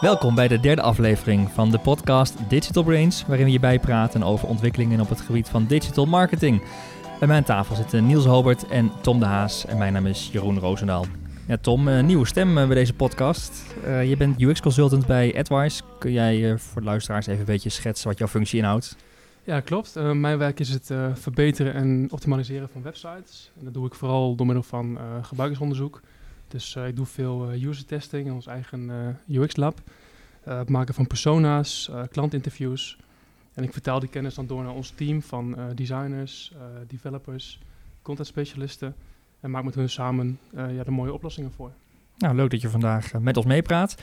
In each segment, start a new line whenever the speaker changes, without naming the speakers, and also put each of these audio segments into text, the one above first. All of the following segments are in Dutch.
Welkom bij de derde aflevering van de podcast Digital Brains, waarin we je bijpraten over ontwikkelingen op het gebied van digital marketing. Bij mij aan tafel zitten Niels Hobert en Tom de Haas en mijn naam is Jeroen Roosendaal. Ja, Tom, nieuwe stem bij deze podcast. Je bent UX-consultant bij AdWise. Kun jij voor de luisteraars even een beetje schetsen wat jouw functie inhoudt?
Ja, klopt. Mijn werk is het verbeteren en optimaliseren van websites. En dat doe ik vooral door middel van gebruikersonderzoek. Dus ik doe veel user testing in ons eigen UX-lab. Het maken van persona's, klantinterviews. En ik vertaal die kennis dan door naar ons team van designers, developers, content specialisten. En maak met hun samen de mooie oplossingen voor.
Nou, leuk dat je vandaag met ons meepraat.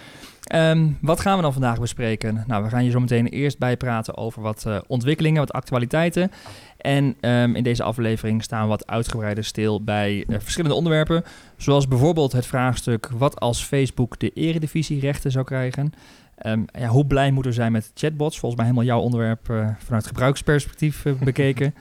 Wat gaan we dan vandaag bespreken? Nou, we gaan je zo meteen eerst bijpraten over wat ontwikkelingen, wat actualiteiten. En in deze aflevering staan we wat uitgebreider stil bij verschillende onderwerpen. Zoals bijvoorbeeld het vraagstuk wat als Facebook de eredivisierechten zou krijgen. Hoe blij moeten we zijn met chatbots? Volgens mij helemaal jouw onderwerp vanuit gebruiksperspectief bekeken.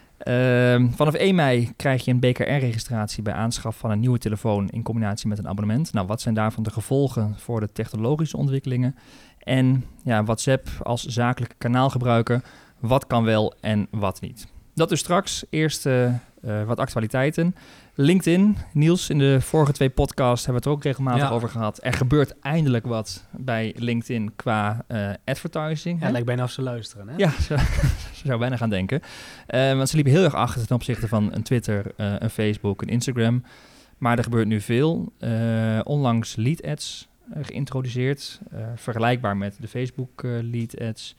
Vanaf 1 mei krijg je een BKR-registratie bij aanschaf van een nieuwe telefoon in combinatie met een abonnement. Nou, wat zijn daarvan de gevolgen voor de technologische ontwikkelingen? En ja, WhatsApp als zakelijke kanaalgebruiker, wat kan wel en wat niet? Dat dus straks. Eerst wat actualiteiten. LinkedIn, Niels, in de vorige 2 podcasts hebben we het er ook regelmatig over gehad. Er gebeurt eindelijk wat bij LinkedIn qua advertising.
Ja, lijkt bijna of ze luisteren, hè?
Ja, zo zou bijna gaan denken. Want ze liepen heel erg achter ten opzichte van een Twitter, een Facebook, een Instagram. Maar er gebeurt nu veel. Onlangs lead ads geïntroduceerd. Vergelijkbaar met de Facebook lead ads.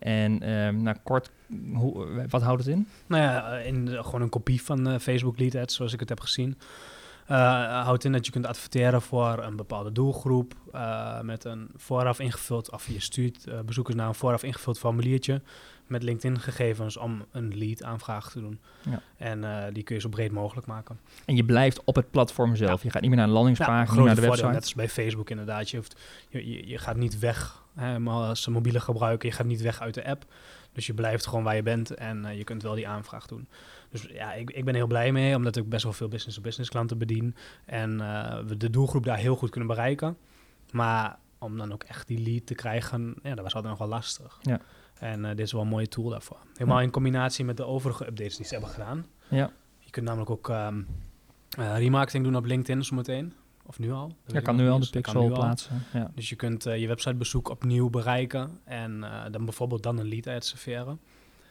En kort, wat houdt het in?
Nou ja, gewoon een kopie van Facebook lead ads, zoals ik het heb gezien. Houdt in dat je kunt adverteren voor een bepaalde doelgroep met een vooraf ingevuld, of je stuurt bezoekers naar een vooraf ingevuld formuliertje met LinkedIn-gegevens om een lead-aanvraag te doen. Ja. En die kun je zo breed mogelijk maken.
En je blijft op het platform zelf. Ja. Je gaat niet meer naar een landingspagina, niet naar de website.
Net als bij Facebook inderdaad. Je gaat niet weg, als een mobiele gebruiker, je gaat niet weg uit de app. Dus je blijft gewoon waar je bent en je kunt wel die aanvraag doen. Dus ja, ik ben heel blij mee, omdat ik best wel veel business-to-business klanten bedien. En we de doelgroep daar heel goed kunnen bereiken. Maar om dan ook echt die lead te krijgen, ja, dat was altijd nog wel lastig. Ja. En dit is wel een mooie tool daarvoor. Helemaal in combinatie met de overige updates die ze hebben gedaan. Ja. Je kunt namelijk ook remarketing doen op LinkedIn zometeen. Of nu al.
Ja, kan nu al de pixel plaatsen. Ja.
Dus je kunt je websitebezoek opnieuw bereiken. En dan bijvoorbeeld dan een lead ad serveren.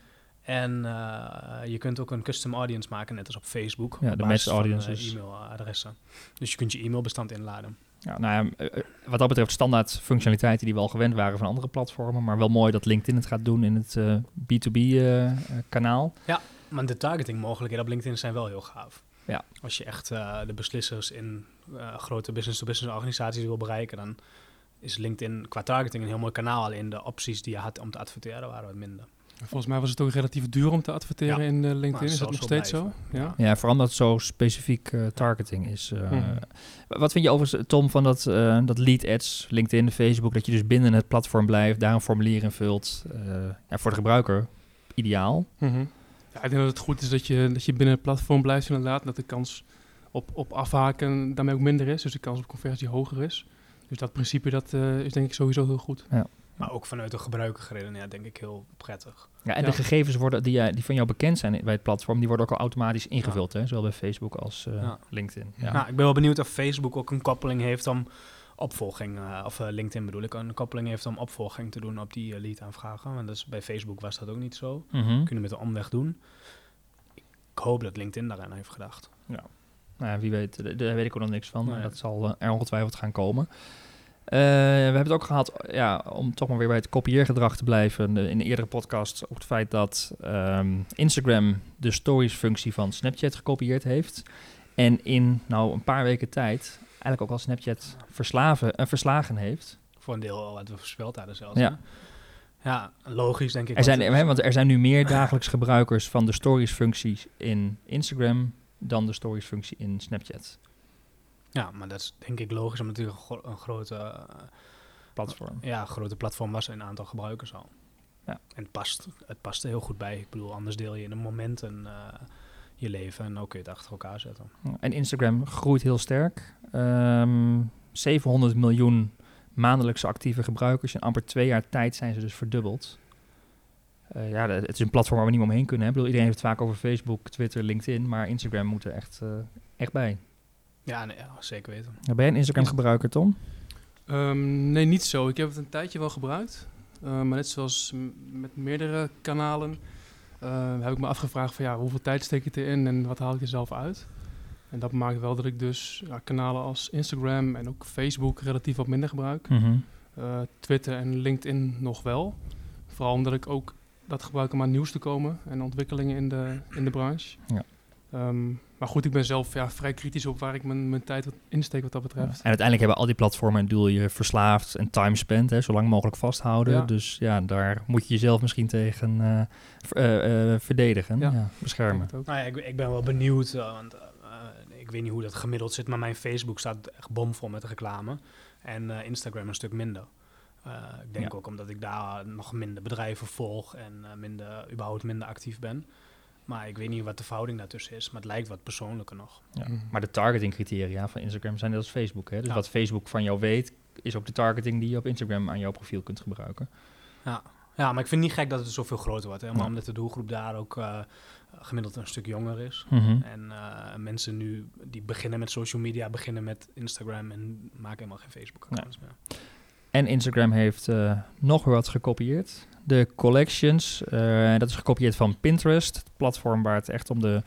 En je kunt ook een custom audience maken, net als op Facebook.
Ja, de matched audiences.
E-mailadressen. Dus je kunt je e-mailbestand inladen.
Ja, nou ja, wat dat betreft standaard functionaliteiten die we al gewend waren van andere platformen. Maar wel mooi dat LinkedIn het gaat doen in het B2B kanaal.
Ja, maar de targeting mogelijkheden op LinkedIn zijn wel heel gaaf.
Ja.
Als je echt de beslissers in grote business-to-business organisaties wil bereiken, dan is LinkedIn qua targeting een heel mooi kanaal. Alleen de opties die je had om te adverteren waren wat minder.
Volgens mij was het ook relatief duur om te adverteren in LinkedIn. Is dat nog steeds zo?
Ja, vooral omdat het zo specifiek targeting is. Wat vind je overigens, Tom, van dat lead ads, LinkedIn, Facebook, dat je dus binnen het platform blijft, daar een formulier invult? Voor de gebruiker ideaal.
Mm-hmm. Ja, ik denk dat het goed is dat je binnen het platform blijft inderdaad. Dat de kans op afhaken daarmee ook minder is. Dus de kans op conversie hoger is. Dus dat principe is denk ik sowieso heel goed.
Ja.
Maar ook vanuit de gebruiker geredeneerd, denk ik heel prettig.
Ja, en de gegevens worden die van jou bekend zijn bij het platform, die worden ook al automatisch ingevuld, hè? Zowel bij Facebook als LinkedIn. Ja.
Nou, ik ben wel benieuwd of Facebook ook een koppeling heeft om opvolging, of LinkedIn bedoel ik, een koppeling heeft om opvolging te doen op die lead-aanvragen. Want dus bij Facebook was dat ook niet zo.
Mm-hmm.
Kunnen met een omweg doen. Ik hoop dat LinkedIn daaraan heeft gedacht.
Ja. Nou ja, wie weet, daar weet ik ook nog niks van. Nee. Dat zal er ongetwijfeld gaan komen. We hebben het ook gehad, om toch maar weer bij het kopieergedrag te blijven, in de eerdere podcast, op het feit dat Instagram de stories-functie van Snapchat gekopieerd heeft. En in een paar weken tijd eigenlijk ook al Snapchat verslagen heeft.
Voor een deel wat we voorspeld hadden zelfs.
Ja.
Ja, logisch denk ik.
Want er zijn nu meer dagelijks gebruikers van de stories-functies in Instagram dan de stories-functie in Snapchat.
Ja, maar dat is denk ik logisch, omdat het een grote
platform.
Grote platform was en een aantal gebruikers al. Ja. En het past er heel goed bij. Ik bedoel, anders deel je in een moment je leven en ook kun je het achter elkaar zetten.
En Instagram groeit heel sterk. 700 miljoen maandelijkse actieve gebruikers. In amper 2 jaar tijd zijn ze dus verdubbeld. Het is een platform waar we niet meer omheen kunnen. Hè? Ik bedoel, iedereen heeft het vaak over Facebook, Twitter, LinkedIn, maar Instagram moet er echt bij.
Ja, zeker weten.
Ben je een Instagram-gebruiker, Tom?
Nee, niet zo. Ik heb het een tijdje wel gebruikt. Maar net zoals met meerdere kanalen heb ik me afgevraagd van hoeveel tijd steek ik erin en wat haal ik er zelf uit. En dat maakt wel dat ik dus kanalen als Instagram en ook Facebook relatief wat minder gebruik.
Mm-hmm.
Twitter en LinkedIn nog wel. Vooral omdat ik ook dat gebruik om aan nieuws te komen en ontwikkelingen in de branche.
Ja.
Maar goed, ik ben zelf vrij kritisch op waar ik mijn tijd insteek wat dat betreft.
Ja. En uiteindelijk hebben al die platformen een doel je verslaafd en time spent, zo lang mogelijk vasthouden.
Ja.
Dus daar moet je jezelf misschien tegen verdedigen, beschermen.
Nou ja, ik ben wel benieuwd, want ik weet niet hoe dat gemiddeld zit, maar mijn Facebook staat echt bomvol met reclame en Instagram een stuk minder. Ik denk ook omdat ik daar nog minder bedrijven volg en überhaupt minder actief ben. Maar ik weet niet wat de verhouding daartussen is, maar het lijkt wat persoonlijker nog.
Ja. Maar de targeting criteria van Instagram zijn net als Facebook. Hè? Dus wat Facebook van jou weet, is ook de targeting die je op Instagram aan jouw profiel kunt gebruiken.
Ja, maar ik vind het niet gek dat het zoveel groter wordt. Hè? Maar omdat de doelgroep daar ook gemiddeld een stuk jonger is.
Mm-hmm.
En mensen nu die beginnen met social media, beginnen met Instagram en maken helemaal geen Facebook-accounts meer.
En Instagram heeft nog weer wat gekopieerd. De collections, dat is gekopieerd van Pinterest. Het platform waar het echt om de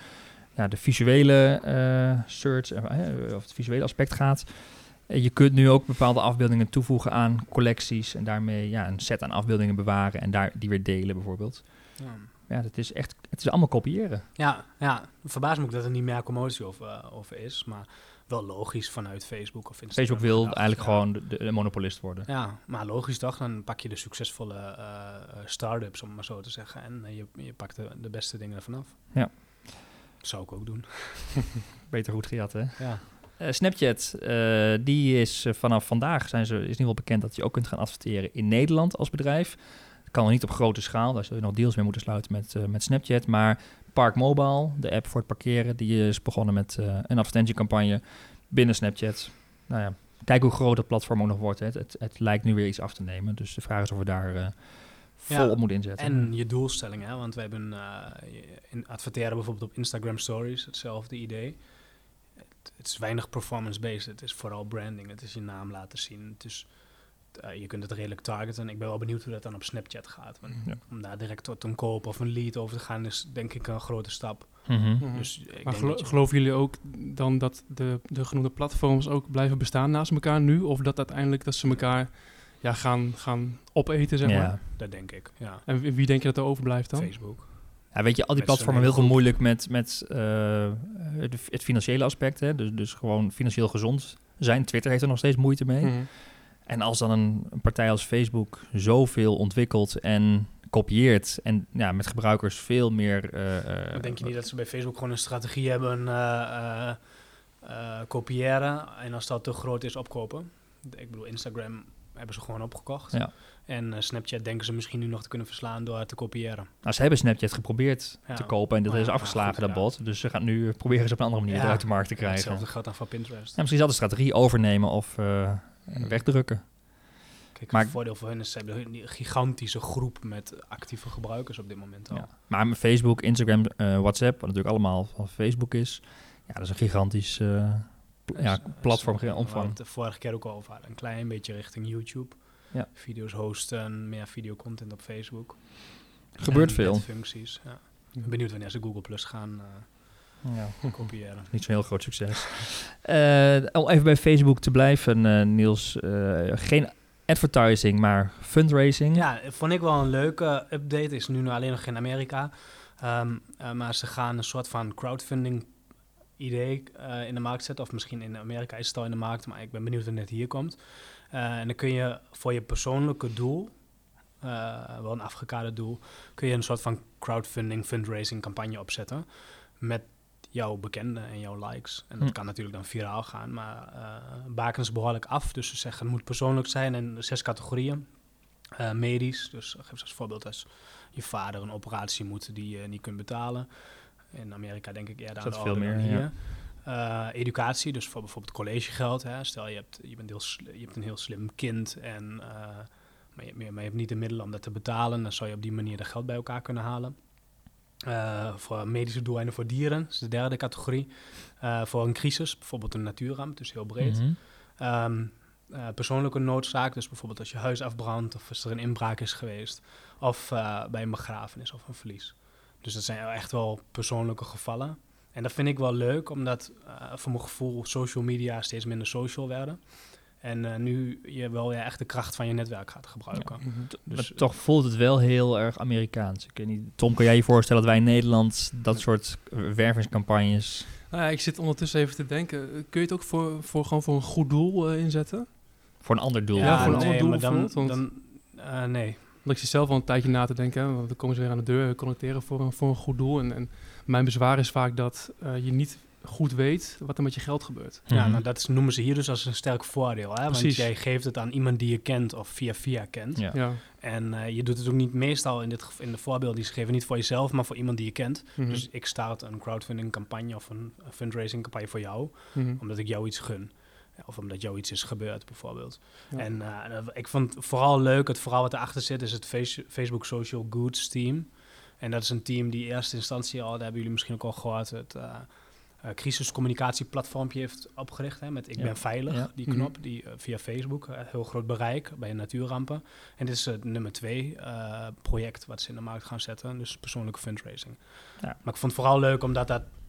visuele search of het visuele aspect gaat. Je kunt nu ook bepaalde afbeeldingen toevoegen aan collecties en daarmee een set aan afbeeldingen bewaren en die weer delen bijvoorbeeld. Ja, het is allemaal kopiëren.
Ja, het verbaast me ook dat er niet meer commotie over is, maar wel logisch vanuit Facebook of Instagram.
Facebook wil eigenlijk gewoon de monopolist worden.
Ja, maar logisch toch? Dan pak je de succesvolle start-ups, om het maar zo te zeggen, en je pakt de beste dingen ervan af.
Ja.
Dat zou ik ook doen.
Beter goed gejat, hè?
Ja.
Snapchat, die is vanaf vandaag is in ieder geval bekend dat je ook kunt gaan adverteren in Nederland als bedrijf. Dat kan nog niet op grote schaal, daar zul je nog deals mee moeten sluiten met Snapchat. Maar Park Mobile, de app voor het parkeren, die is begonnen met een advertentiecampagne binnen Snapchat. Nou ja, kijk hoe groot het platform ook nog wordt. Hè. Het lijkt nu weer iets af te nemen, dus de vraag is of we daar vol op moeten inzetten.
En je doelstelling, hè? Want we hebben adverteren bijvoorbeeld op Instagram Stories, hetzelfde idee. Het is weinig performance-based, het is vooral branding, het is je naam laten zien. Dus je kunt het redelijk targeten. Ik ben wel benieuwd hoe dat dan op Snapchat gaat. Want om daar direct tot een koop of een lead over te gaan is denk ik een grote stap.
Mm-hmm.
Dus
maar geloven jullie ook dan dat de genoemde platforms ook blijven bestaan naast elkaar nu? Of dat uiteindelijk dat ze elkaar gaan opeten, zeg maar?
Dat denk ik, ja.
En wie denk je dat er overblijft dan?
Facebook.
Ja, weet je, al die platformen hebben heel veel moeilijk met het financiële aspect. Hè? Dus gewoon financieel gezond zijn. Twitter heeft er nog steeds moeite mee.
Mm-hmm.
En als dan een partij als Facebook zoveel ontwikkelt en kopieert en met gebruikers veel meer...
denk je niet dat ze bij Facebook gewoon een strategie hebben, kopiëren en als dat te groot is, opkopen? Ik bedoel, Instagram hebben ze gewoon opgekocht.
Ja.
En Snapchat denken ze misschien nu nog te kunnen verslaan door te kopiëren.
Nou, ze hebben Snapchat geprobeerd te kopen en dat is afgeslagen, dat bod. Dus ze gaan nu proberen ze op een andere manier uit de markt te krijgen.
Hetzelfde geldt dan voor Pinterest.
Misschien zal de strategie overnemen of wegdrukken.
Kijk, het voordeel voor hen is, ze hebben een gigantische groep met actieve gebruikers op dit moment al.
Ja. Maar met Facebook, Instagram, WhatsApp, wat natuurlijk allemaal van Facebook is, dat is een gigantisch platform, omvang.
We het vorige keer ook al over een klein beetje richting YouTube.
Ja.
Video's hosten, meer videocontent op Facebook.
Gebeurt veel.
Functies, ja. Ik ben benieuwd wanneer ze Google Plus gaan kopiëren.
Niet zo'n heel groot succes. Om even bij Facebook te blijven, Niels. Geen advertising, maar fundraising.
Ja, vond ik wel een leuke update. Is nu alleen nog in Amerika. Maar ze gaan een soort van crowdfunding idee in de markt zetten. Of misschien in Amerika is het al in de markt, maar ik ben benieuwd wanneer het hier komt. En dan kun je voor je persoonlijke doel, wel een afgekaderd doel, kun je een soort van crowdfunding, fundraising campagne opzetten met jouw bekenden en jouw likes. En dat kan natuurlijk dan viraal gaan, maar baken ze behoorlijk af. Dus ze zeggen het moet persoonlijk zijn in 6 categorieën. Medisch, dus geef ze als voorbeeld als je vader een operatie moet die je niet kunt betalen. In Amerika denk ik eerder aan de orde dan hier. educatie, dus voor bijvoorbeeld collegegeld. Hè. Stel, je hebt een heel slim kind, maar je hebt niet de middelen om dat te betalen. Dan zou je op die manier dat geld bij elkaar kunnen halen. Voor medische doeleinden voor dieren, dat is de derde categorie. Voor een crisis, bijvoorbeeld een natuurramp, dus heel breed. Persoonlijke noodzaak, dus bijvoorbeeld als je huis afbrandt of als er een inbraak is geweest. Of bij een begrafenis of een verlies. Dus dat zijn echt wel persoonlijke gevallen. En dat vind ik wel leuk, omdat voor mijn gevoel social media steeds minder social werden. En nu je wel echt de kracht van je netwerk gaat gebruiken.
Ja. Dus, maar toch voelt het wel heel erg Amerikaans. Ik weet niet, Tom, kan jij je voorstellen dat wij in Nederland dat soort wervingscampagnes...
Nou ja, ik zit ondertussen even te denken. Kun je het ook gewoon voor een goed doel inzetten?
Voor een ander doel?
Ja, voor een ander doel
maar nee.
Want ik zit zelf al een tijdje na te denken, want dan komen ze weer aan de deur connecteren voor een goed doel. En mijn bezwaar is vaak dat je niet goed weet wat er met je geld gebeurt.
Ja, nou dat noemen ze hier dus als een sterk voordeel. Hè?
Precies.
Want jij geeft het aan iemand die je kent of via kent.
Ja.
En je doet het ook niet meestal in de voorbeeld die ze geven, niet voor jezelf, maar voor iemand die je kent.
Mm-hmm.
Dus ik start een crowdfunding campagne of een fundraising campagne voor jou, omdat ik jou iets gun. Of omdat jou iets is gebeurd, bijvoorbeeld. Ja. En ik vond vooral leuk, het verhaal wat erachter zit, is het Facebook Social Goods team. En dat is een team die in eerste instantie al, daar hebben jullie misschien ook al gehoord, het crisiscommunicatieplatformpje heeft opgericht. Hè, met Ik ben veilig, die knop, die via Facebook, heel groot bereik bij natuurrampen. En dit is het nummer 2 project wat ze in de markt gaan zetten, dus persoonlijke fundraising. Ja. Maar ik vond het vooral leuk, omdat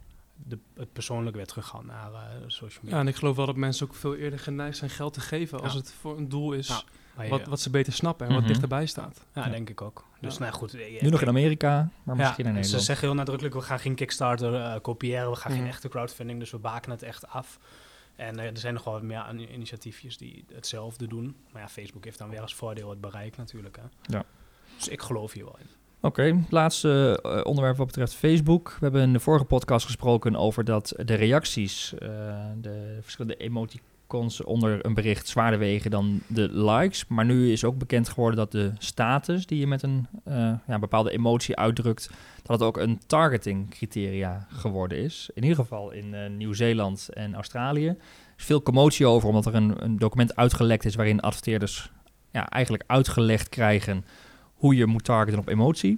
het persoonlijk werd teruggegaan naar social media.
Ja, en ik geloof wel dat mensen ook veel eerder geneigd zijn geld te geven als het voor een doel is wat ze beter snappen en wat dichterbij staat.
Ja, denk ik ook. Dus nou goed.
Nu nog in Amerika, maar misschien in Nederland.
Ze zeggen heel nadrukkelijk, we gaan geen Kickstarter kopiëren, we gaan geen echte crowdfunding, dus we baken het echt af. En er zijn nog wel wat meer initiatiefjes die hetzelfde doen. Maar ja, Facebook heeft dan weer als voordeel het bereik natuurlijk. Hè. Ja. Dus ik geloof hier wel in.
Oké, laatste onderwerp wat betreft Facebook. We hebben in de vorige podcast gesproken over dat de reacties, de verschillende emoticons onder een bericht zwaarder wegen dan de likes. Maar nu is ook bekend geworden dat de status die je met een bepaalde emotie uitdrukt, dat het ook een targeting criteria geworden is. In ieder geval in Nieuw-Zeeland en Australië. Er is veel commotie over, omdat er een document uitgelekt is waarin adverteerders eigenlijk uitgelegd krijgen hoe je moet targeten op emotie.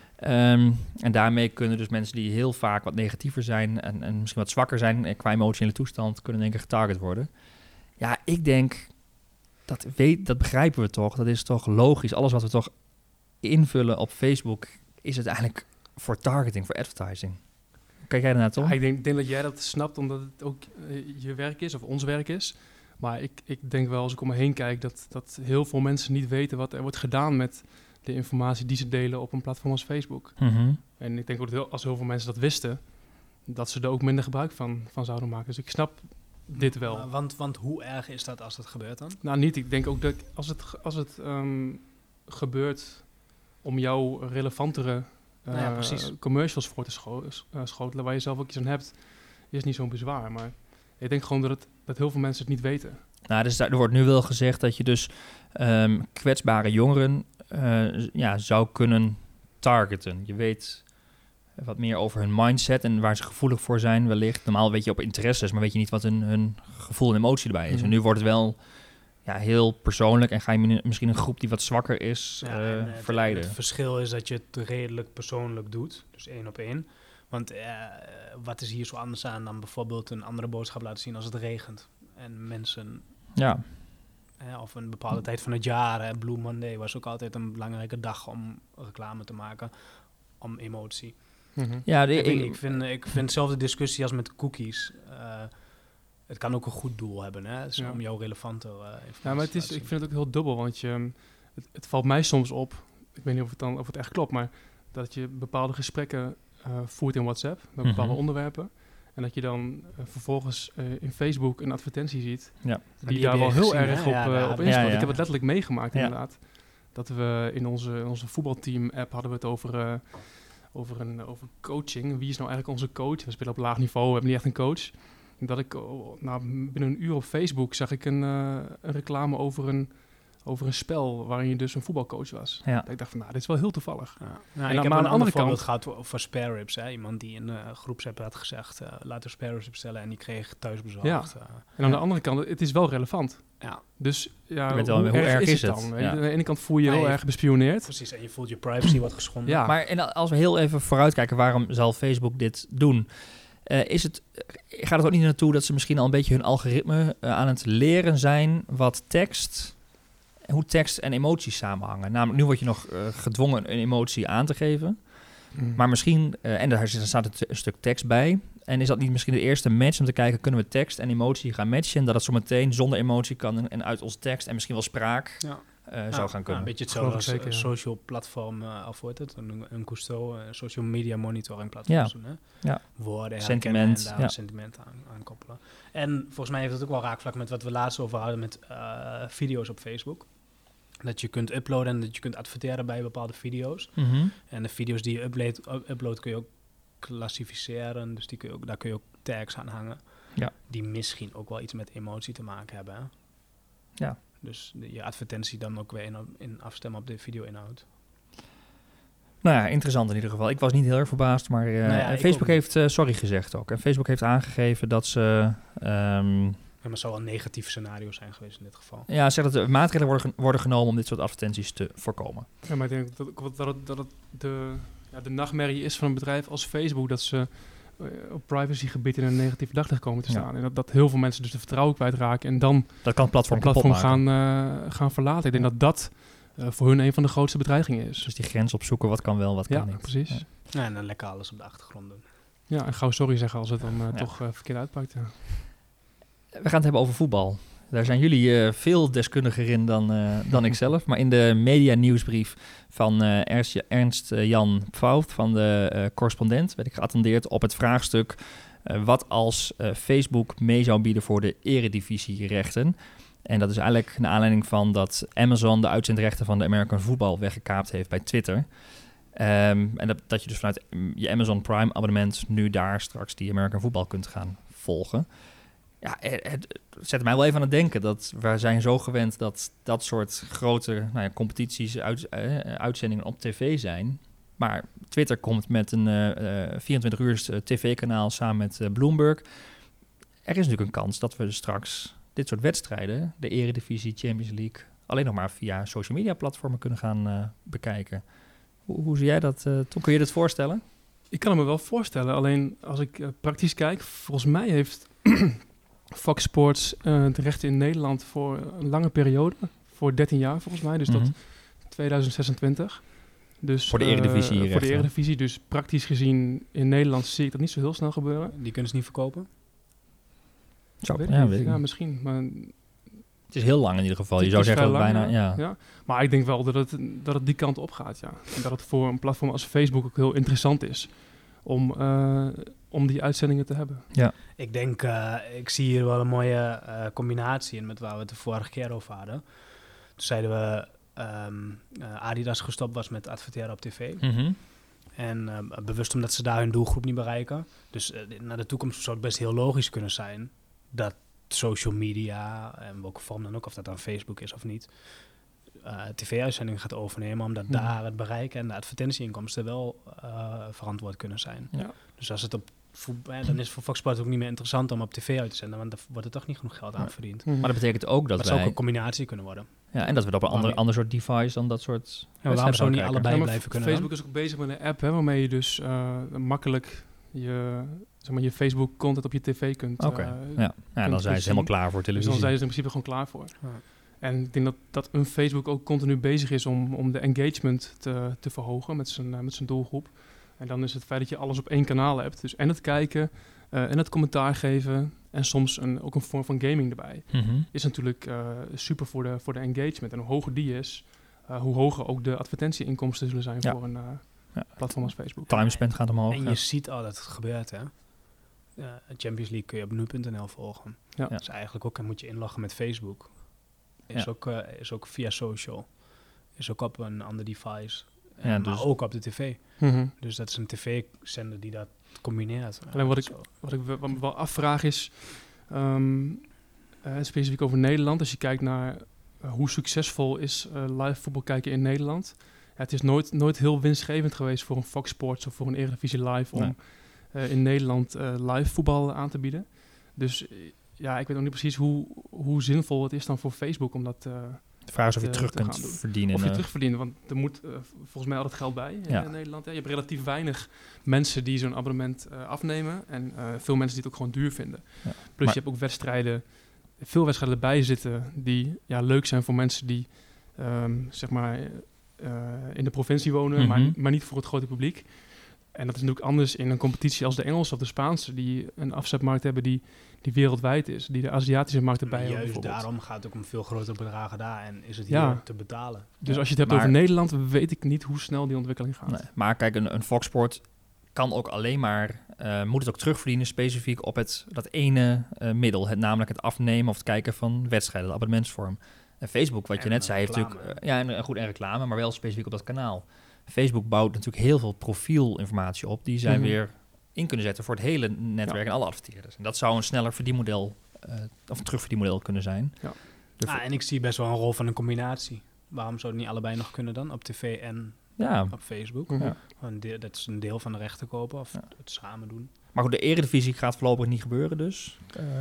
En daarmee kunnen dus mensen die heel vaak wat negatiever zijn en misschien wat zwakker zijn qua emotionele toestand, kunnen in één keer getarget worden. Ja, ik denk, dat begrijpen we toch. Dat is toch logisch. Alles wat we toch invullen op Facebook is uiteindelijk voor targeting, voor advertising. Kijk jij daarnaar, Tom?
Ja, ik denk dat jij dat snapt, omdat het ook je werk is of ons werk is. Maar ik denk wel, als ik om me heen kijk, dat heel veel mensen niet weten wat er wordt gedaan met de informatie die ze delen op een platform als Facebook.
Mm-hmm.
En ik denk ook dat als heel veel mensen dat wisten, dat ze er ook minder gebruik van zouden maken. Dus ik snap dit wel.
Want hoe erg is dat als het gebeurt dan?
Nou, niet. Ik denk ook dat als het gebeurt om jouw relevantere commercials voor te schotelen, waar je zelf ook iets aan hebt, is niet zo'n bezwaar. Maar ik denk gewoon dat heel veel mensen het niet weten.
Nou, dus er wordt nu wel gezegd dat je dus kwetsbare jongeren zou kunnen targeten. Je weet wat meer over hun mindset en waar ze gevoelig voor zijn wellicht. Normaal weet je op interesses, maar weet je niet wat hun gevoel en emotie erbij is. En nu wordt het wel heel persoonlijk en ga je misschien een groep die wat zwakker is verleiden.
Het verschil is dat je het redelijk persoonlijk doet, dus 1 op 1. Want wat is hier zo anders aan dan bijvoorbeeld een andere boodschap laten zien als het regent en mensen...
Ja.
Of een bepaalde tijd van het jaar. Blue Monday was ook altijd een belangrijke dag om reclame te maken. Om emotie.
Mm-hmm. Ja,
ik vind hetzelfde discussie als met cookies. Het kan ook een goed doel hebben. Hè? Dus om jouw relevante informatie
maar ik vind het ook heel dubbel. Want het valt mij soms op. Ik weet niet of het echt klopt. Maar dat je bepaalde gesprekken voert in WhatsApp. Met bepaalde onderwerpen. En dat je dan vervolgens in Facebook een advertentie ziet. Ja. Die daar wel heel erg op inspeelt. Ik heb het letterlijk meegemaakt inderdaad. Dat we in onze voetbalteam-app hadden we het over coaching. Wie is nou eigenlijk onze coach? We spelen op laag niveau, we hebben niet echt een coach. Dat ik binnen een uur op Facebook zag ik een reclame over een over een spel waarin je dus een voetbalcoach was.
Ja.
Dat ik dacht van, dit is wel heel toevallig.
Ja. Nou,
En
ik
dan
heb
maar
een
aan de
ander
andere
voorbeeld
kant-
gehad over spare ribs. Hè? Iemand die in een groepsapp had gezegd, laten we spare ribs bestellen. En die kreeg thuis bezorgd.
Ja. En aan de andere kant, het is wel relevant.
Ja,
Dus ja,
Je weet wel,
hoe erg is het dan?
Ja.
Aan de ene kant voel je je heel
Nee.
erg bespioneerd.
precies. En je voelt je privacy wordt geschonden.
Ja.
Maar als we heel even vooruitkijken, waarom zal Facebook dit doen? Gaat het ook niet naartoe dat ze misschien al een beetje hun algoritme aan het leren zijn hoe tekst en emoties samenhangen? Namelijk, nu word je nog gedwongen een emotie aan te geven. Maar misschien, en daar staat een stuk tekst bij. En is dat niet misschien de eerste match om te kijken, kunnen we tekst en emotie gaan matchen? En dat het zo meteen zonder emotie kan en uit ons tekst en misschien wel spraak zou gaan kunnen.
Een beetje hetzelfde als
Geloof ik zeker, ja.
social platform, of hoe heet het? Een Cousteau, social media monitoring platform.
Ja.
Doen, hè?
Ja.
Woorden
Sentiment,
herkennen en daar
ja.
een sentiment aan koppelen. En volgens mij heeft het ook wel raakvlak met wat we laatst over hadden met video's op Facebook. Dat je kunt uploaden en dat je kunt adverteren bij bepaalde video's.
Mhm.
En de video's die je uploadt kun je ook klassificeren. Dus daar kun je ook tags aan hangen.
Ja.
Die misschien ook wel iets met emotie te maken hebben. Hè?
Ja.
Dus je advertentie dan ook weer in afstemmen op de video-inhoud.
Nou ja, interessant in ieder geval. Ik was niet heel erg verbaasd, maar
ik
Facebook
ook
heeft sorry gezegd ook. En Facebook heeft aangegeven dat ze...
Ja, maar het zou wel een negatief scenario zijn geweest in dit geval.
Ja, zeg dat er maatregelen worden genomen om dit soort advertenties te voorkomen.
Ja, maar ik denk dat het de nachtmerrie is van een bedrijf als Facebook, dat ze op privacygebied in een negatief daglicht komen te staan.
Ja.
En dat heel veel mensen dus de vertrouwen kwijtraken en dan
Dat kan het platform,
het platform
kapot maken.
gaan verlaten. Ik denk dat voor hun een van de grootste bedreigingen is.
Dus die grens opzoeken, wat kan wel, wat kan
Ja,
niet.
precies.
Ja.
Ja, en dan lekker alles op de achtergrond doen.
Ja, en gauw sorry zeggen als het dan toch verkeerd uitpakt. Ja.
We gaan het hebben over voetbal. Daar zijn jullie veel deskundiger in dan ik zelf. Maar in de media-nieuwsbrief van Ernst Jan Pfaut van de correspondent werd ik geattendeerd op het vraagstuk wat als Facebook mee zou bieden voor de eredivisierechten. En dat is eigenlijk naar aanleiding van dat Amazon de uitzendrechten van de American Football weggekaapt heeft bij Twitter. En dat je dus vanuit je Amazon Prime abonnement nu daar straks die American Football kunt gaan volgen. Ja, het zet mij wel even aan het denken dat we zijn zo gewend dat soort grote competities, uitzendingen op tv zijn. Maar Twitter komt met een 24 uur tv-kanaal samen met Bloomberg. Er is natuurlijk een kans dat we straks dit soort wedstrijden, de Eredivisie, Champions League, alleen nog maar via social media platformen kunnen gaan bekijken. Hoe zie jij dat, Tom? Kun je dat voorstellen?
Ik kan het me wel voorstellen, alleen als ik praktisch kijk, volgens mij heeft Fox Sports de rechten in Nederland voor een lange periode, voor 13 jaar volgens mij, dus tot 2026. Dus,
Voor de Eredivisie.
voor de Eredivisie, dus praktisch gezien in Nederland zie ik dat niet zo heel snel gebeuren.
Die kunnen ze niet verkopen?
Zo,
Weet ik
ja,
niet.
weet ik
Ja,
niet.
misschien. Maar
Het is heel lang in ieder geval. Je
het
zou
is
zeggen dat
vrij
bijna...
lang,
Ja.
Maar ik denk wel dat het die kant op gaat, ja. En dat het voor een platform als Facebook ook heel interessant is om die uitzendingen te hebben.
Ik denk, ik zie hier wel een mooie combinatie in met waar we het de vorige keer over hadden. Toen zeiden we, Adidas gestopt was met adverteren op tv.
Mhm.
En bewust omdat ze daar hun doelgroep niet bereiken. Dus naar de toekomst zou het best heel logisch kunnen zijn dat social media, en welke vorm dan ook, of dat dan Facebook is of niet, tv-uitzendingen gaat overnemen, omdat daar het bereik en de advertentieinkomsten wel verantwoord kunnen zijn.
Ja.
Dus als het op dan is het voor Fox Sports ook niet meer interessant om op tv uit te zenden, want daar wordt er toch niet genoeg geld aan verdiend.
Maar dat betekent ook dat
Dat zou ook
wij...
een combinatie kunnen worden.
Ja, en dat we dat op een ander soort device dan dat soort...
Ja, waarom zou niet
kijken?
allebei
Ja, maar
blijven kunnen?
Facebook is ook bezig met een app waarmee je dus makkelijk je Facebook content op je tv kunt.
Oké, ja. Dan zijn ze helemaal klaar voor
Dus
televisie.
dan zijn ze in principe gewoon klaar voor.
Ja.
En ik denk dat een Facebook ook continu bezig is om de engagement te verhogen met zijn doelgroep. En dan is het feit dat je alles op één kanaal hebt. Dus en het kijken en het commentaar geven en soms ook een vorm van gaming erbij.
Mhm.
Is natuurlijk super voor de engagement. En hoe hoger die is, hoe hoger ook de advertentieinkomsten zullen zijn voor een platform als Facebook.
Timespend gaat omhoog.
En
ja.
je ziet al dat het gebeurt, hè. Champions League kun je op nu.nl volgen.
Ja.
Dus eigenlijk ook, en moet je inloggen met Facebook. Is ook via social. Is ook op een ander device.
Ja,
maar
dus-
ook op de tv.
Mhm.
Dus dat is een tv-zender die dat combineert.
Alleen wat ik
Zo.
wat me wel afvraag is, specifiek over Nederland, als je kijkt naar hoe succesvol is live voetbal kijken in Nederland? Ja, het is nooit heel winstgevend geweest voor een Fox Sports of voor een Eredivisie Live om in Nederland live voetbal aan te bieden. Dus ik weet nog niet precies hoe zinvol het is dan voor Facebook om dat
de vraag is of je terug kunt verdienen.
Of je terugverdient, want er moet volgens mij altijd geld bij in Nederland. Je hebt relatief weinig mensen die zo'n abonnement afnemen en veel mensen die het ook gewoon duur vinden. Ja. Plus je hebt ook veel wedstrijden erbij zitten die leuk zijn voor mensen die in de provincie wonen, maar niet voor het grote publiek. En dat is natuurlijk anders in een competitie als de Engelse of de Spaanse, die een afzetmarkt hebben die wereldwijd is, die de Aziatische markt erbij hebben.
Juist daarom gaat het ook om veel grotere bedragen daar en is het hier te betalen.
Dus als je het hebt over Nederland, weet ik niet hoe snel die ontwikkeling gaat.
Nee, maar kijk, een Fox Sport kan ook alleen maar, moet het ook terugverdienen specifiek op dat ene middel, namelijk het afnemen of het kijken van wedstrijden, de abonnementsvorm. En Facebook, wat je net zei, heeft natuurlijk en reclame, maar wel specifiek op dat kanaal. Facebook bouwt natuurlijk heel veel profielinformatie op die zij weer in kunnen zetten voor het hele netwerk en alle adverteerders. En dat zou een sneller verdienmodel of een terugverdienmodel kunnen zijn.
Ja. En ik zie best wel een rol van een combinatie. Waarom zou het niet allebei nog kunnen dan? Op tv en op Facebook. Ja. Dat is een deel van de rechten kopen of het samen doen.
Maar goed, de Eredivisie gaat voorlopig niet gebeuren dus.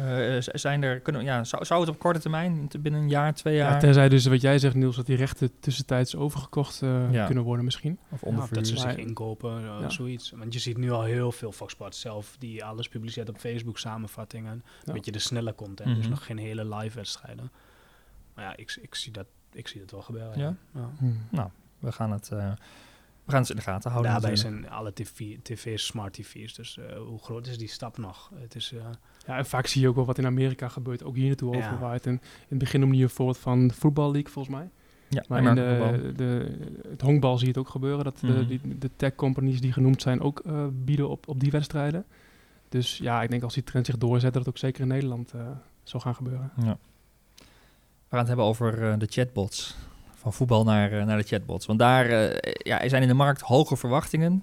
Zou het op korte termijn, binnen een jaar, 2 jaar...
Ja, tenzij dus wat jij zegt, Niels, dat die rechten tussentijds overgekocht kunnen worden misschien.
Of dat ze zich inkopen, zoiets. Want je ziet nu al heel veel Fox Sports zelf die alles publiceert op Facebook, samenvattingen. Een beetje de snelle content, dus nog geen hele live wedstrijden. Maar ja, ik zie dat wel gebeuren.
Ja? Nou, we gaan het in de gaten houden.
Daarbij zijn alle tv's smart tv's, dus hoe groot is die stap nog? Het is...
en vaak zie je ook wel wat in Amerika gebeurt, ook hier naartoe overgewaaid. En in het begin noemde je een voorbeeld van de Football League, volgens mij. Ja, maar in het honkbal zie je het ook gebeuren, dat de tech companies die genoemd zijn ook bieden op die wedstrijden. Dus ik denk als die trend zich doorzet, dat het ook zeker in Nederland zal gaan gebeuren.
Ja. We gaan het hebben over de chatbots. Van voetbal naar de chatbots. Want daar zijn in de markt hoge verwachtingen.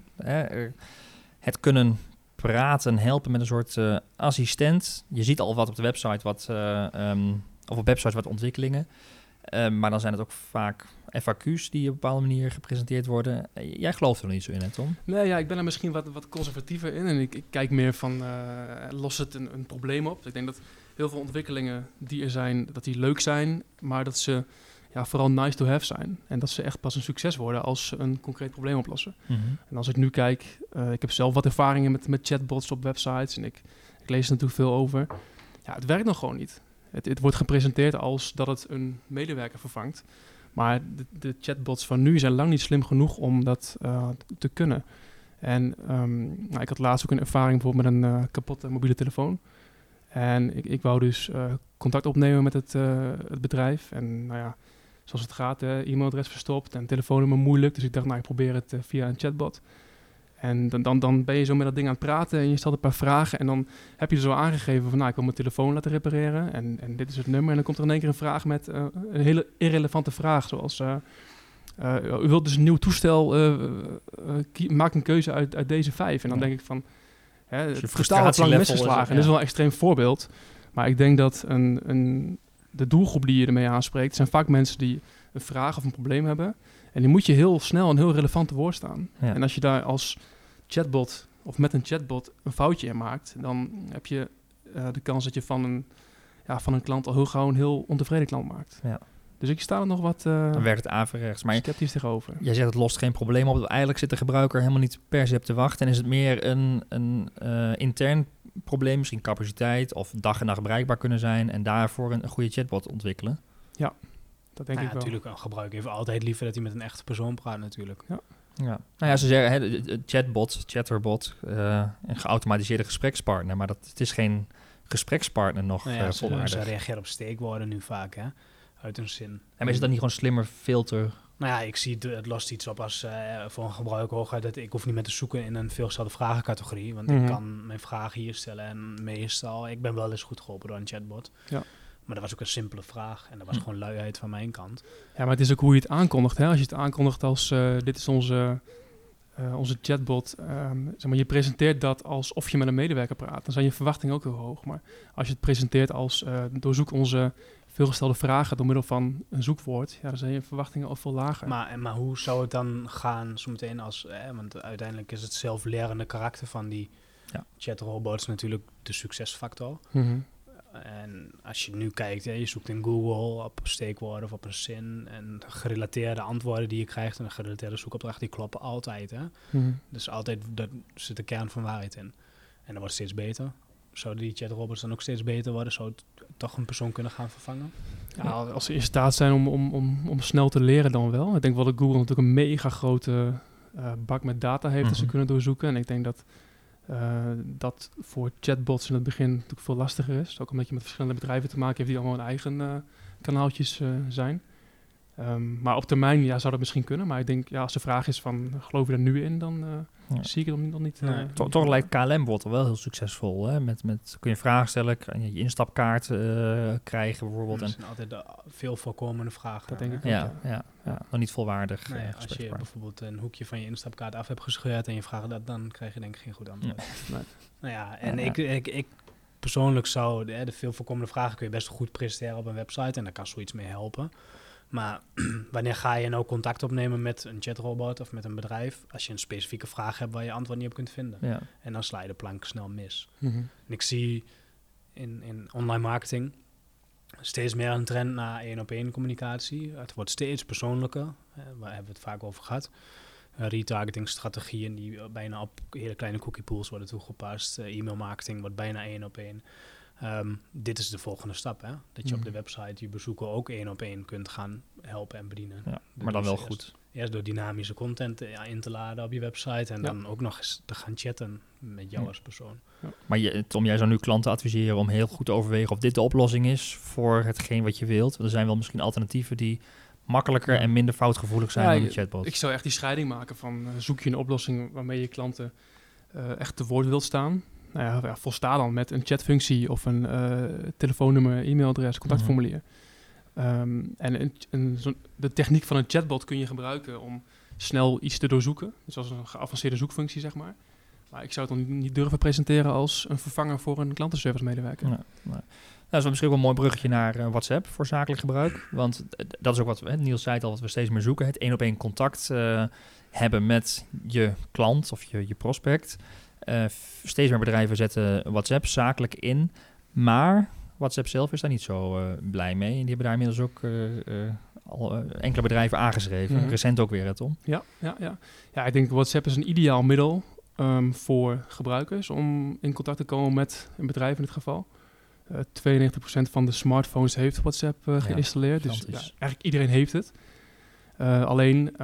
Het kunnen praten, helpen met een soort assistent. Je ziet al wat op de website, of op websites wat ontwikkelingen. Maar dan zijn het ook vaak FAQ's die op een bepaalde manier gepresenteerd worden. Jij gelooft er nog niet zo in, hè, Tom?
Nee, ik ben er misschien wat conservatiever in. En ik kijk meer van, lost het een probleem op? Ik denk dat heel veel ontwikkelingen die er zijn, dat die leuk zijn, maar dat ze vooral nice to have zijn. En dat ze echt pas een succes worden als ze een concreet probleem oplossen. En als ik nu kijk, ik heb zelf wat ervaringen met chatbots op websites en ik lees er natuurlijk veel over. Ja, het werkt nog gewoon niet. Het wordt gepresenteerd als dat het een medewerker vervangt. Maar de chatbots van nu zijn lang niet slim genoeg om dat te kunnen. En ik had laatst ook een ervaring bijvoorbeeld met een kapotte mobiele telefoon. En ik wou dus contact opnemen met het bedrijf. En zoals het gaat, e-mailadres verstopt en telefoonnummer moeilijk. Dus ik dacht, ik probeer het via een chatbot. En dan ben je zo met dat ding aan het praten en je stelt een paar vragen. En dan heb je er zo aangegeven van, ik wil mijn telefoon laten repareren. En dit is het nummer. En dan komt er in één keer een vraag met een hele irrelevante vraag. Zoals, u wilt dus een nieuw toestel, maak een keuze uit deze 5. En dan denk ik van, totaal het lang misgeslagen. En dat is wel een extreem voorbeeld. Maar ik denk dat de doelgroep die je ermee aanspreekt, zijn vaak mensen die een vraag of een probleem hebben. En die moet je heel snel en heel relevant te woord staan. Ja. En als je daar als chatbot of met een chatbot een foutje in maakt, dan heb je de kans dat je van een klant al heel gauw een heel ontevreden klant maakt. Ja. Dus ik sta er nog wat
dan werkt het averechts. Maar
sceptisch tegenover.
Jij zegt het lost geen probleem op. Eigenlijk zit de gebruiker helemaal niet per se op te wachten. En is het meer een intern probleem, misschien capaciteit of dag en nacht bereikbaar kunnen zijn en daarvoor een goede chatbot ontwikkelen?
Ja, dat denk ik wel.
Natuurlijk, een gebruiker heeft altijd liever dat hij met een echte persoon praat natuurlijk.
Ja. Ze zeggen chatterbot, een geautomatiseerde gesprekspartner, maar het is geen gesprekspartner nog volwaardig.
Ze reageren op steekwoorden nu vaak, hè, uit hun zin.
En is het dan niet gewoon een slimmer filter?
Ik zie het lost iets op als voor een gebruiker hooguit dat ik hoef niet meer te zoeken in een veelgestelde vragencategorie, want ik kan mijn vragen hier stellen en meestal, ik ben wel eens goed geholpen door een chatbot. Ja. Maar dat was ook een simpele vraag en dat was gewoon luiheid van mijn kant.
Ja, maar het is ook hoe je het aankondigt. Hè? Als je het aankondigt als dit is onze chatbot, je presenteert dat alsof je met een medewerker praat, dan zijn je verwachtingen ook heel hoog. Maar als je het presenteert als doorzoek onze veelgestelde vragen door middel van een zoekwoord, dan zijn je verwachtingen al veel lager.
Maar hoe zou het dan gaan zometeen als... want uiteindelijk is het zelflerende karakter van die chatrobots natuurlijk de succesfactor.
Mm-hmm.
En als je nu kijkt, je zoekt in Google op steekwoorden of op een zin en gerelateerde antwoorden die je krijgt en een gerelateerde zoekopdracht, die kloppen altijd. Hè?
Mm-hmm.
Dus altijd, daar zit de kern van waarheid in. En dat wordt steeds beter. Zouden die chatrobots dan ook steeds beter worden? Zou het toch een persoon kunnen gaan vervangen?
Ja, als ze in staat zijn om snel te leren dan wel. Ik denk wel dat Google natuurlijk een mega grote bak met data heeft dat ze kunnen doorzoeken. En ik denk dat voor chatbots in het begin natuurlijk veel lastiger is. Ook omdat je met verschillende bedrijven te maken heeft die allemaal hun eigen kanaaltjes zijn. Maar op termijn zou dat misschien kunnen. Maar ik denk, als de vraag is van, geloof je er nu in, dan zie ik het nog niet.
Toch lijkt KLM wordt er wel heel succesvol. Hè? Met kun je vragen stellen, kan je instapkaart krijgen bijvoorbeeld.
Dat zijn altijd de veel voorkomende vragen.
Dat denk ik
ook, nog niet volwaardig.
Als je bijvoorbeeld een hoekje van je instapkaart af hebt gescheurd en je vraagt dat, dan krijg je denk ik geen goed antwoord. Ik persoonlijk zou de veel voorkomende vragen kun je best goed presenteren op een website en daar kan zoiets mee helpen. Maar wanneer ga je nou contact opnemen met een chatrobot of met een bedrijf als je een specifieke vraag hebt waar je antwoord niet op kunt vinden? Ja. En dan sla je de plank snel mis. Mm-hmm. En ik zie in online marketing steeds meer een trend naar 1-op-1 communicatie. Het wordt steeds persoonlijker, waar hebben we het vaak over gehad. Retargeting strategieën die bijna op hele kleine cookie pools worden toegepast. E-mail marketing wordt bijna 1-op-1. Dit is de volgende stap, hè? Dat je op de website je bezoeker ook 1-op-1 kunt gaan helpen en bedienen. Ja,
maar dan wel goed.
Eerst door dynamische content in te laden op je website en dan ook nog eens te gaan chatten met jou als persoon.
Ja. Maar Tom, jij zou nu klanten adviseren om heel goed te overwegen of dit de oplossing is voor hetgeen wat je wilt. Want er zijn wel misschien alternatieven die makkelijker en minder foutgevoelig zijn dan de chatbot.
Ik zou echt die scheiding maken van zoek je een oplossing waarmee je klanten echt te woord wilt staan. Volsta dan met een chatfunctie of een telefoonnummer, e-mailadres, contactformulier. De techniek van een chatbot kun je gebruiken om snel iets te doorzoeken. Dus als een geavanceerde zoekfunctie, zeg maar. Maar ik zou het dan niet durven presenteren als een vervanger voor een klantenservice medewerker.
Nee. Dat is misschien wel een mooi bruggetje naar WhatsApp voor zakelijk gebruik. Want dat is ook wat Niels zei het al, wat we steeds meer zoeken. Het 1-op-1 contact hebben met je klant of je prospect. Steeds meer bedrijven zetten WhatsApp zakelijk in. Maar WhatsApp zelf is daar niet zo blij mee. En die hebben daar inmiddels ook al enkele bedrijven aangeschreven. Mm-hmm. Recent ook weer, Tom.
Ja, ik denk WhatsApp is een ideaal middel voor gebruikers om in contact te komen met een bedrijf in dit geval. 92% van de smartphones heeft WhatsApp geïnstalleerd. Dus eigenlijk iedereen heeft het. Alleen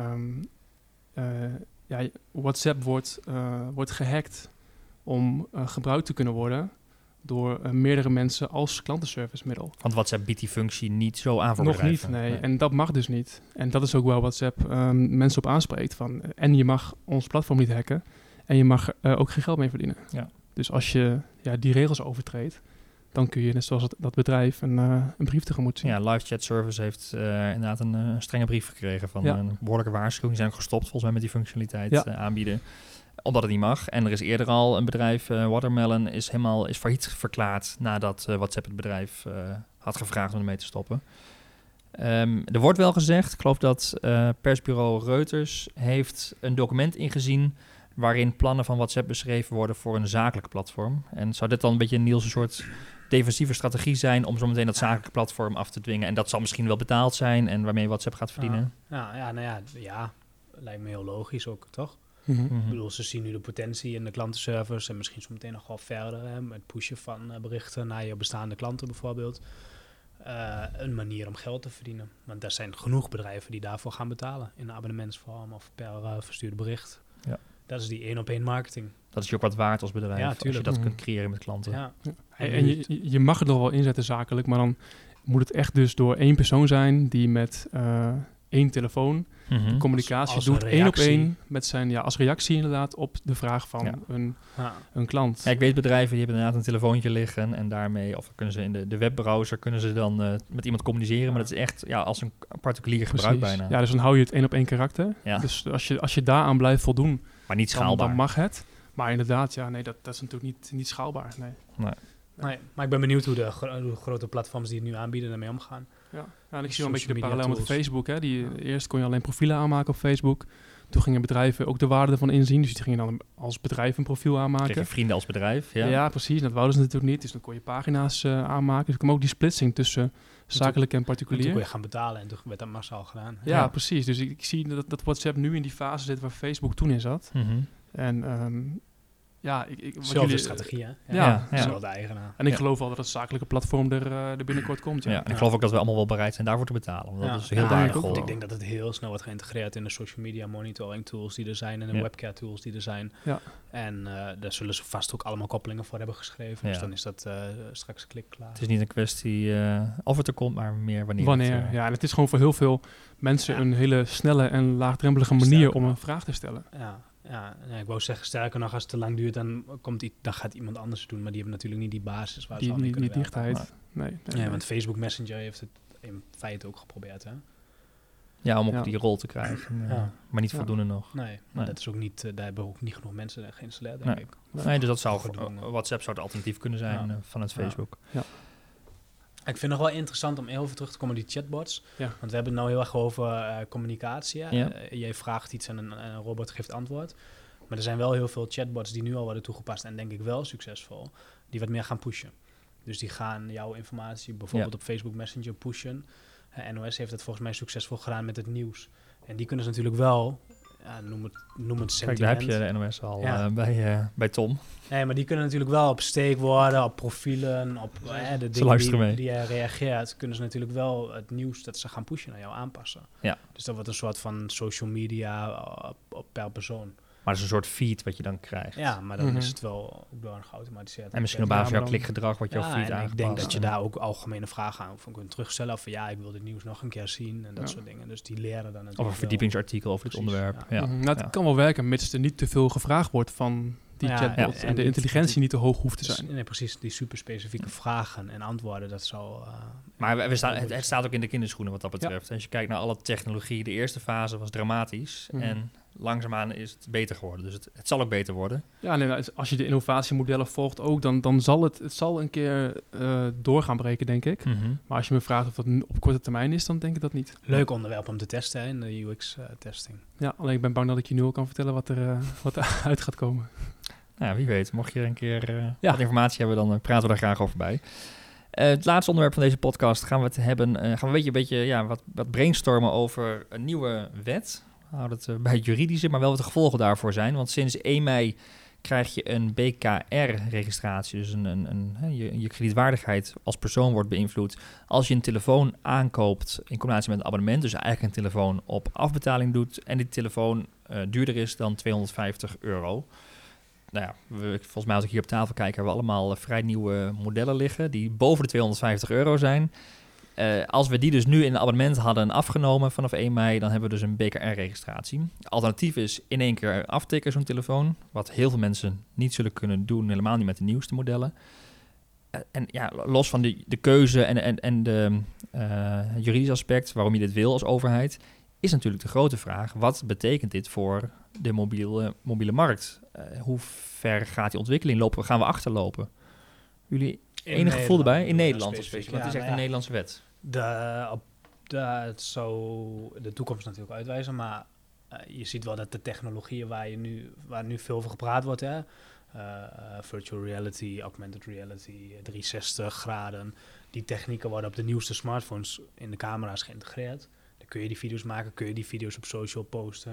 WhatsApp wordt gehackt om gebruikt te kunnen worden door meerdere mensen als klantenservice middel.
Want WhatsApp biedt die functie niet zo aan voor
nog
bedrijven.
Nog niet, nee. En dat mag dus niet. En dat is ook waar WhatsApp mensen op aanspreekt. En je mag ons platform niet hacken en je mag ook geen geld mee verdienen. Ja. Dus als je die regels overtreedt, dan kun je, net zoals dat bedrijf, een brief tegemoet zien.
Ja, Live Chat Service heeft inderdaad een strenge brief gekregen van een behoorlijke waarschuwing. Die zijn ook gestopt volgens mij met die functionaliteit aanbieden. Omdat het niet mag. En er is eerder al een bedrijf, Watermelon, is failliet verklaard nadat WhatsApp het bedrijf had gevraagd om ermee te stoppen. Er wordt wel gezegd, ik geloof dat persbureau Reuters heeft een document ingezien waarin plannen van WhatsApp beschreven worden voor een zakelijk platform. En zou dit dan een beetje een soort defensieve strategie zijn om zo meteen dat zakelijke platform af te dwingen? En dat zal misschien wel betaald zijn en waarmee WhatsApp gaat verdienen?
Lijkt me heel logisch ook, toch?
Mm-hmm.
Ik bedoel, ze zien nu de potentie in de klantenservice en misschien zo meteen nog wel verder met pushen van berichten naar je bestaande klanten bijvoorbeeld. Een manier om geld te verdienen. Want er zijn genoeg bedrijven die daarvoor gaan betalen in een abonnementsvorm of per verstuurde bericht. Ja. Dat is die 1-op-1 marketing.
Dat is je ook wat waard als bedrijf, als je dat kunt creëren met klanten.
Ja. En je mag het nog wel inzetten zakelijk, maar dan moet het echt dus door één persoon zijn die met één telefoon communicatie als doet, 1-op-1 met zijn, als reactie inderdaad op de vraag van een klant.
Ja, ik weet bedrijven die hebben inderdaad een telefoontje liggen en daarmee, of kunnen ze in de webbrowser, kunnen ze dan met iemand communiceren, maar dat is echt als een particulier gebruik bijna.
Ja, dus dan hou je het 1-op-1 karakter. Ja. Dus als je daaraan blijft voldoen,
maar niet schaalbaar.
Dan mag het. Maar inderdaad, dat is natuurlijk niet schaalbaar. Nee.
Nee, maar ik ben benieuwd hoe de grote platforms die het nu aanbieden ermee omgaan.
Ja, en ik zie wel een beetje de
Social
parallel met
media
Facebook. Hè. Eerst kon je alleen profielen aanmaken op Facebook. Toen gingen bedrijven ook de waarde ervan inzien. Dus die gingen dan als bedrijf een profiel aanmaken.
Krijg je vrienden als bedrijf.
Ja, precies. Dat wouden ze natuurlijk niet. Dus dan kon je pagina's aanmaken. Dus er kwam ook die splitsing tussen zakelijk en
En
particulier.
toen kon je gaan betalen en toen werd dat massaal gedaan.
Ja, precies. Dus ik zie dat WhatsApp nu in die fase zit waar Facebook toen in zat.
Mhm.
En wat
Zelfde strategie, hè?
Ja.
Dezelfde eigenaar.
En ik geloof wel dat het zakelijke platform er binnenkort komt.
Ja, en ik geloof ook dat we allemaal wel bereid zijn daarvoor te betalen. Want dat is heel
Ja,
waardevol.
Ik denk dat het heel snel wordt geïntegreerd in de social media monitoring tools die er zijn en de webcare tools die er zijn.
Ja.
En daar zullen ze vast ook allemaal koppelingen voor hebben geschreven.
Ja.
Dus dan is dat straks klik klaar.
Het is niet een kwestie of het er komt, maar meer wanneer.
Wanneer, en het is gewoon voor heel veel mensen een hele snelle en laagdrempelige manier om een vraag te stellen.
Ja, ik wou zeggen, sterker nog, als het te lang duurt, dan gaat iemand anders doen. Maar die hebben natuurlijk niet die basis waar ze al mee kunnen werken.
dichtheid. Nee.
Want Facebook Messenger heeft het in feite ook geprobeerd, hè?
Ja, om ook die rol te krijgen. Maar niet voldoende nog.
Nee. Dat is ook niet, daar hebben ook niet genoeg mensen geïnstalleerd, denk ik.
Nee, dus dat zou WhatsApp zou het alternatief kunnen zijn vanuit Facebook.
Ja. Ik vind het nog wel interessant om heel even terug te komen op die chatbots.
Ja.
Want we hebben het nou heel erg over communicatie.
Ja.
Jij vraagt iets en een robot geeft antwoord. Maar er zijn wel heel veel chatbots die nu al worden toegepast en denk ik wel succesvol, die wat meer gaan pushen. Dus die gaan jouw informatie bijvoorbeeld op Facebook Messenger pushen. NOS heeft het volgens mij succesvol gedaan met het nieuws. En die kunnen ze natuurlijk wel, noem het sentiment.
Kijk, daar heb je de NOS al bij Tom.
Nee, maar die kunnen natuurlijk wel op steekwoorden, op profielen, op de dingen die je reageert, kunnen ze natuurlijk wel het nieuws dat ze gaan pushen naar jou aanpassen.
Ja.
Dus dat wordt een soort van social media per persoon.
Maar het is een soort feed wat je dan krijgt.
Ja, maar dan is het wel geautomatiseerd.
En misschien op basis van jouw klikgedrag wordt jouw feed aangepast.
Ik denk dat je daar ook algemene vragen aan kunt terugstellen. Of ik wil dit nieuws nog een keer zien en dat soort dingen. Dus die leren dan natuurlijk.
Of een verdiepingsartikel over dit onderwerp.
Het kan wel werken, mits er niet te veel gevraagd wordt van die chatbot. En de intelligentie niet te hoog hoeft te zijn.
Nee, precies. Die super specifieke vragen en antwoorden, dat zal...
maar het staat ook in de kinderschoenen wat dat betreft. Ja. Als je kijkt naar alle technologie, de eerste fase was dramatisch. En langzaamaan is het beter geworden. Dus het zal ook beter worden.
Ja, nee, als je de innovatiemodellen volgt ook, dan zal het zal een keer door gaan breken, denk ik. Maar als je me vraagt of dat op korte termijn is, dan denk ik dat niet.
Leuk onderwerp om te testen in de UX-testing.
Ja, alleen ik ben bang dat ik je nu al kan vertellen wat er uit gaat komen.
Nou, wie weet. Mocht je er een keer wat informatie hebben, dan praten we daar graag over bij. Het laatste onderwerp van deze podcast gaan we een beetje wat brainstormen over een nieuwe wet. We houden het bij het juridische, maar wel wat de gevolgen daarvoor zijn. Want sinds 1 mei krijg je een BKR-registratie. Dus je kredietwaardigheid als persoon wordt beïnvloed als je een telefoon aankoopt in combinatie met een abonnement. Dus eigenlijk een telefoon op afbetaling doet en die telefoon duurder is dan €250. Nou ja, volgens mij als ik hier op tafel kijk, hebben we allemaal vrij nieuwe modellen liggen die boven de €250 zijn. Als we die dus nu in een abonnement hadden afgenomen vanaf 1 mei, dan hebben we dus een BKR-registratie. Alternatief is in 1 keer aftikken zo'n telefoon, wat heel veel mensen niet zullen kunnen doen, helemaal niet met de nieuwste modellen. En los van de keuze en de juridische aspect, waarom je dit wil als overheid, is natuurlijk de grote vraag, wat betekent dit voor de mobiele markt? Hoe ver gaat die ontwikkeling lopen? Gaan we achterlopen? Jullie enig gevoel erbij? In Nederland specifiek, want het is echt een Nederlandse wet.
De toekomst natuurlijk uitwijzen, maar je ziet wel dat de technologieën waar nu veel over gepraat wordt, hè, virtual reality, augmented reality, 360 graden, die technieken worden op de nieuwste smartphones in de camera's geïntegreerd. Dan kun je die video's maken, kun je die video's op social posten.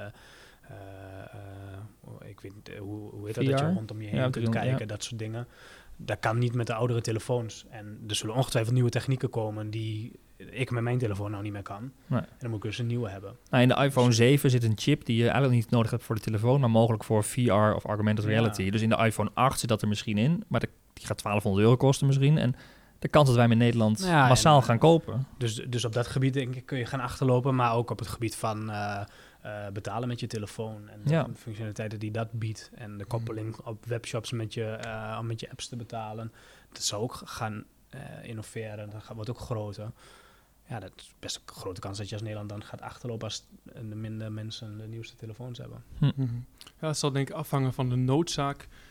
Ik weet niet, hoe heet dat je rondom je heen kunt kijken, dat soort dingen. Dat kan niet met de oudere telefoons. En er zullen ongetwijfeld nieuwe technieken komen die ik met mijn telefoon nou niet meer kan. Nee. En dan moet ik dus een nieuwe hebben.
Nou, in de iPhone 7 zit een chip die je eigenlijk niet nodig hebt voor de telefoon, maar mogelijk voor VR of augmented reality. Dus in de iPhone 8 zit dat er misschien in, maar die gaat €1200 kosten misschien. En de kans dat wij hem in Nederland massaal gaan kopen.
Dus op dat gebied denk ik kun je gaan achterlopen, maar ook op het gebied van betalen met je telefoon en de functionaliteiten die dat biedt en de koppeling op webshops om met je apps te betalen. Dat zou ook gaan innoveren, dat wordt ook groter. Ja, dat is best een grote kans dat je als Nederland dan gaat achterlopen als de minder mensen de nieuwste telefoons hebben.
Ja, het zal denk ik afhangen van de noodzaak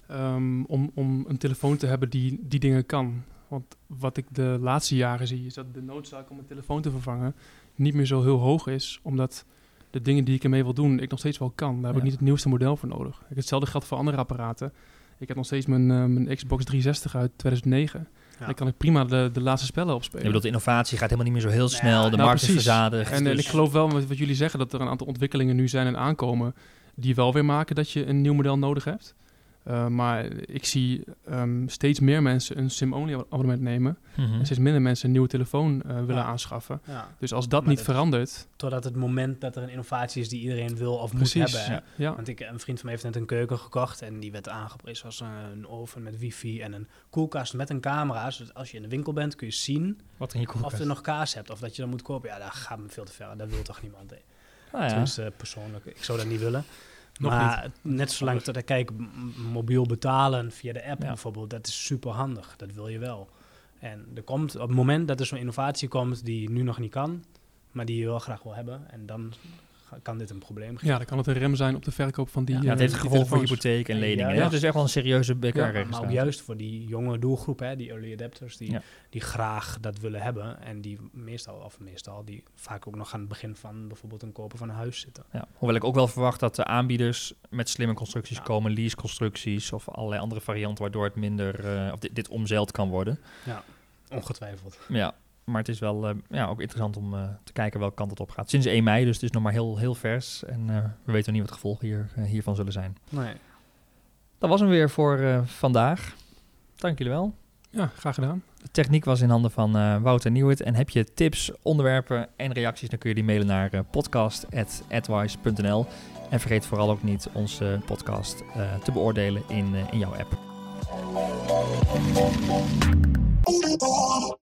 om een telefoon te hebben die dingen kan. Want wat ik de laatste jaren zie, is dat de noodzaak om een telefoon te vervangen niet meer zo heel hoog is, omdat de dingen die ik ermee wil doen, ik nog steeds wel kan. Daar heb ik niet het nieuwste model voor nodig. Hetzelfde geldt voor andere apparaten. Ik heb nog steeds mijn Xbox 360 uit 2009.
Ja.
Dan kan ik prima de laatste spellen opspelen.
Je bedoelt, de innovatie gaat helemaal niet meer zo heel snel. De markt is verzadigd.
En ik geloof wel met wat jullie zeggen, dat er een aantal ontwikkelingen nu zijn en aankomen die wel weer maken dat je een nieuw model nodig hebt. Maar ik zie steeds meer mensen een SIM-only abonnement nemen. En steeds minder mensen een nieuwe telefoon willen aanschaffen. Ja. Dus als dat niet verandert...
Totdat het moment dat er een innovatie is die iedereen wil of moet hebben.
Ja.
Want een vriend van mij heeft net een keuken gekocht en die werd aangeprezen als een oven met wifi en een koelkast met een camera. Dus als je in de winkel bent kun je zien
wat in je koelkast
of er nog kaas hebt of dat je dan moet kopen. Ja, daar gaat me veel te ver. Dat wil toch niemand.
Ja.
Tenminste, persoonlijk. Ik zou dat niet willen. Maar net zolang dat kijk, mobiel betalen via de app bijvoorbeeld, dat is super handig. Dat wil je wel. En er komt op het moment dat er zo'n innovatie komt die nu nog niet kan, maar die je wel graag wil hebben, en dan kan dit een probleem geven.
Ja, dan kan het een rem zijn op de verkoop van die.
Het heeft gevolgen voor hypotheek en leningen. Ja. Het is echt wel een serieuze BK-registratie.
Maar ook juist voor die jonge doelgroep, die early adapters, die graag dat willen hebben en die meestal die vaak ook nog aan het begin van bijvoorbeeld een kopen van een huis zitten.
Ja, hoewel ik ook wel verwacht dat de aanbieders met slimme constructies komen, lease-constructies of allerlei andere varianten, waardoor het minder, of dit omzeild kan worden.
Ja, ongetwijfeld.
Ja. Maar het is wel ook interessant om te kijken welke kant het op gaat. Sinds 1 mei, dus het is nog maar heel vers. En we weten niet wat de gevolgen hiervan zullen zijn.
Nee.
Dat was hem weer voor vandaag. Dank jullie wel.
Ja, graag gedaan.
De techniek was in handen van Wouter Nieuwert. En heb je tips, onderwerpen en reacties, dan kun je die mailen naar podcast@advice.nl. En vergeet vooral ook niet onze podcast te beoordelen in jouw app.